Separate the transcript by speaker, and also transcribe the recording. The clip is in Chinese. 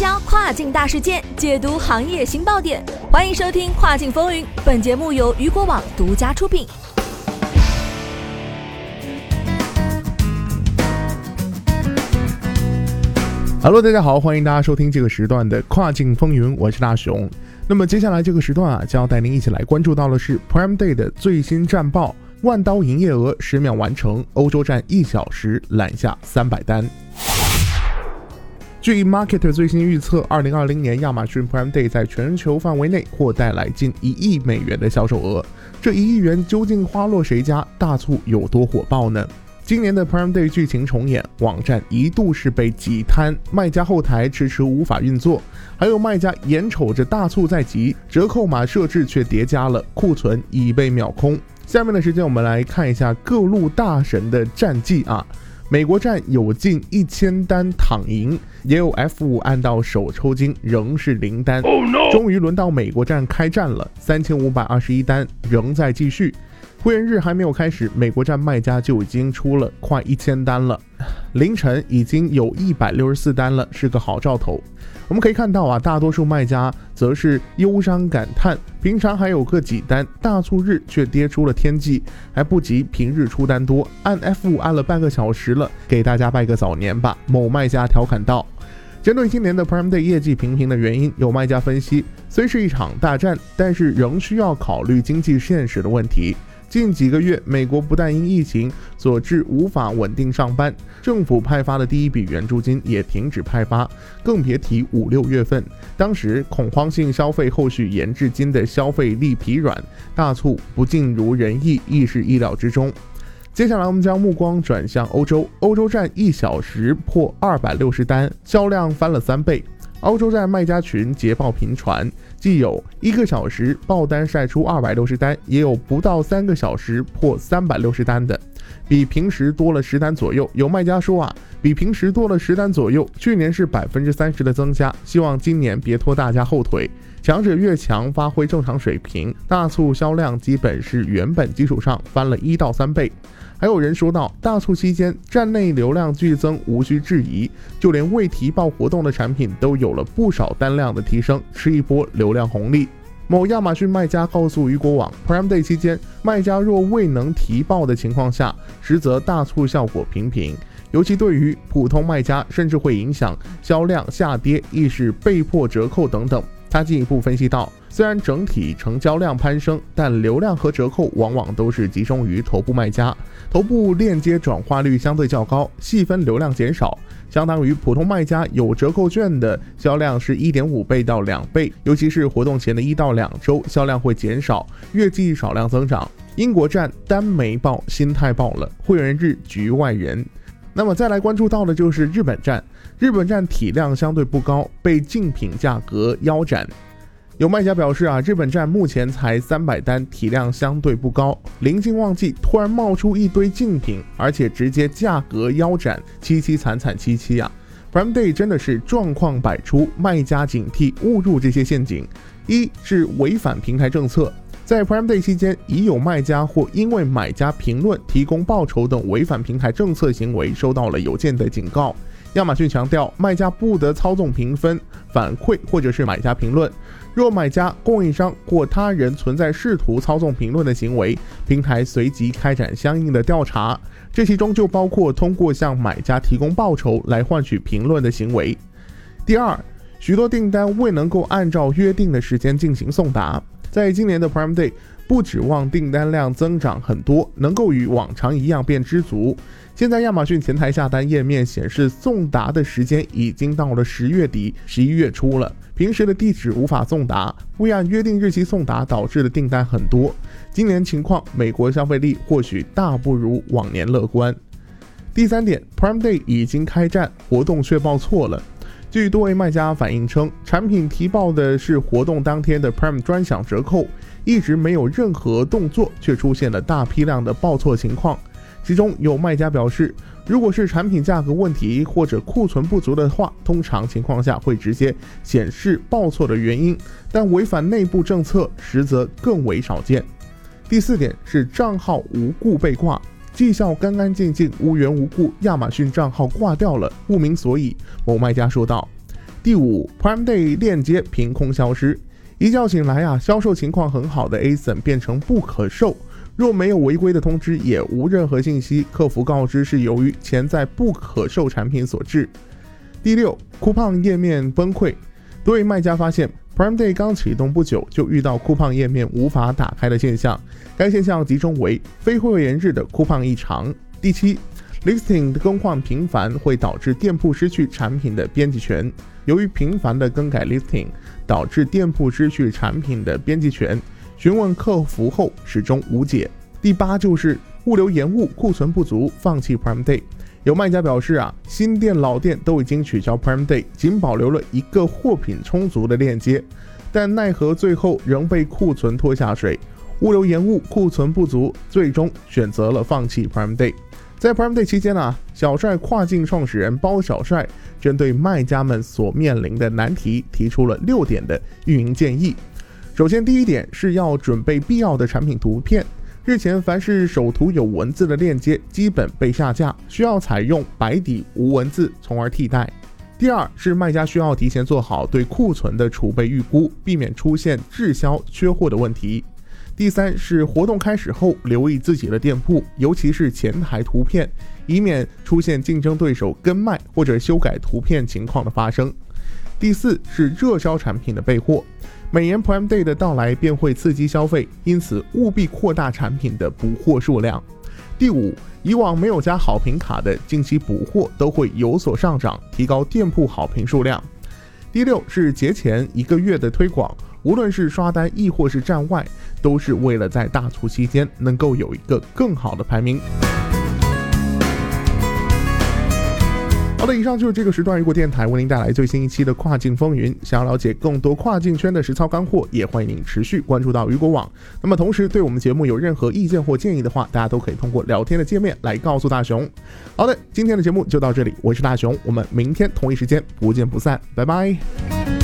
Speaker 1: 销跨境大事件，解读行业新爆点。欢迎收听《跨境风云》，本节目由雨果网独家出品。
Speaker 2: Hello， 大家好，欢迎大家收听这个时段的《跨境风云》，我是大熊。那么接下来这个时段将要带您一起来关注到的是 Prime Day 的最新战报：万刀营业额10秒完成，欧洲站1小时揽下300单。据 Market 最新预测，2020年亚马逊 Prime Day 在全球范围内或带来近1亿美元的销售额。这1亿元究竟花落谁家？大促有多火爆呢？今年的 Prime Day 剧情重演，网站一度是被挤瘫，卖家后台迟迟无法运作，还有卖家眼瞅着大促在即，折扣码设置却叠加了，库存已被秒空。下面的时间我们来看一下各路大神的战绩啊。美国站有近1000单躺赢，也有 F5 按到手抽筋，仍是0单。终于轮到美国站开战了，3521单仍在继续。会员日还没有开始，美国站卖家就已经出了快1000单了，凌晨已经有164单了，是个好兆头。我们可以看到大多数卖家则是忧伤感叹，平常还有个几单，大促日却跌出了天际，还不及平日出单多。按 F5 按了半个小时了，给大家拜个早年吧。某卖家调侃道。针对今年的 Prime Day 业绩平平的原因，有卖家分析，虽是一场大战，但是仍需要考虑经济现实的问题。近几个月，美国不但因疫情所致无法稳定上班，政府派发的第一笔援助金也停止派发，更别提5、6月份。当时恐慌性消费后续延至今的消费力疲软，大促不尽如人意，亦是意料之中。接下来我们将目光转向欧洲，欧洲站1小时破260单，销量翻了3倍。欧洲站卖家群捷报频传，既有1个小时爆单晒出260单，也有不到3个小时破360单的，比平时多了10单左右。有卖家说比平时多了10单左右，去年是30%的增加，希望今年别拖大家后腿，强者越强，发挥正常水平，大促销量基本是原本基础上翻了1到3倍。还有人说到，大促期间站内流量剧增无需质疑，就连未提报活动的产品都有了不少单量的提升，吃一波流量红利。某亚马逊卖家告诉雨果网 ，Prime Day 期间卖家若未能提报的情况下，实则大促效果平平，尤其对于普通卖家，甚至会影响销量下跌，亦是被迫折扣等等。他进一步分析到，虽然整体成交量攀升，但流量和折扣往往都是集中于头部卖家，头部链接转化率相对较高，细分流量减少，相当于普通卖家有折扣券的销量是 1.5 倍到2倍，尤其是活动前的1到2周，销量会减少，月季少量增长。英国站单没爆，心态爆了，会员日局外人。那么再来关注到的就是日本站，日本站体量相对不高，被竞品价格腰斩。有卖家表示日本站目前才300单，体量相对不高，临近旺季突然冒出一堆竞品，而且直接价格腰斩，凄凄惨惨戚戚Prime Day 真的是状况百出，卖家警惕误入这些陷阱。一是违反平台政策，在 Prime Day 期间，已有卖家或因为买家评论、提供报酬等违反平台政策行为，收到了邮件的警告。亚马逊强调，卖家不得操纵评分、反馈或者是买家评论。若买家、供应商或他人存在试图操纵评论的行为，平台随即开展相应的调查，这其中就包括通过向买家提供报酬来换取评论的行为。第二，许多订单未能够按照约定的时间进行送达。在今年的 Prime Day， 不指望订单量增长很多，能够与往常一样便知足。现在亚马逊前台下单页面显示，送达的时间已经到了10月底、11月初了。平时的地址无法送达，未按约定日期送达导致的订单很多。今年情况，美国消费力或许大不如往年乐观。第三点 ，Prime Day 已经开战，活动却报错了。据多位卖家反映称，产品提报的是活动当天的 Prime 专享折扣，一直没有任何动作，却出现了大批量的报错情况。其中有卖家表示，如果是产品价格问题或者库存不足的话，通常情况下会直接显示报错的原因，但违反内部政策实则更为少见。第四点是账号无故被挂，绩效干干净净，无缘无故亚马逊账号挂掉了，不明所以。某卖家说道， 第五 ，Prime Day 链接凭空消失，一觉醒来销售情况很好的 ASIN 变成不可售，若没有违规的通知，也无任何信息，客服告知是由于潜在不可售产品所致。第六 ，Coupon 页面崩溃，多位卖家发现 Prime Day 刚启动不久就遇到 Coupon 页面无法打开的现象，该现象集中为非会员日的 Coupon 异常。第七 ，Listing 的更换频繁会导致店铺失去产品的编辑权，由于频繁的更改 Listing 导致店铺失去产品的编辑权，询问客服后始终无解。第八就是物流延误，库存不足，放弃 Prime Day。有卖家表示新店老店都已经取消 Prime Day， 仅保留了一个货品充足的链接，但奈何最后仍被库存拖下水，物流延误，库存不足，最终选择了放弃 Prime Day。在 Prime Day 期间小帅跨境创始人包小帅针对卖家们所面临的难题提出了6点的运营建议。首先，第一点是要准备必要的产品图片。日前，凡是首图有文字的链接基本被下架，需要采用白底无文字，从而替代。第二是卖家需要提前做好对库存的储备预估，避免出现滞销缺货的问题。第三是活动开始后留意自己的店铺，尤其是前台图片，以免出现竞争对手跟卖或者修改图片情况的发生。第四是热销产品的备货，每年 Prime Day 的到来便会刺激消费，因此务必扩大产品的补货数量。第五，以往没有加好评卡的近期补货都会有所上涨，提高店铺好评数量。第六是节前1个月的推广，无论是刷单亦或是站外，都是为了在大促期间能够有一个更好的排名。好的，以上就是这个时段雨果电台为您带来最新一期的跨境风云。想要了解更多跨境圈的实操干货，也欢迎您持续关注到雨果网。那么同时对我们节目有任何意见或建议的话，大家都可以通过聊天的界面来告诉大熊。好的，今天的节目就到这里，我是大熊，我们明天同一时间不见不散，拜拜。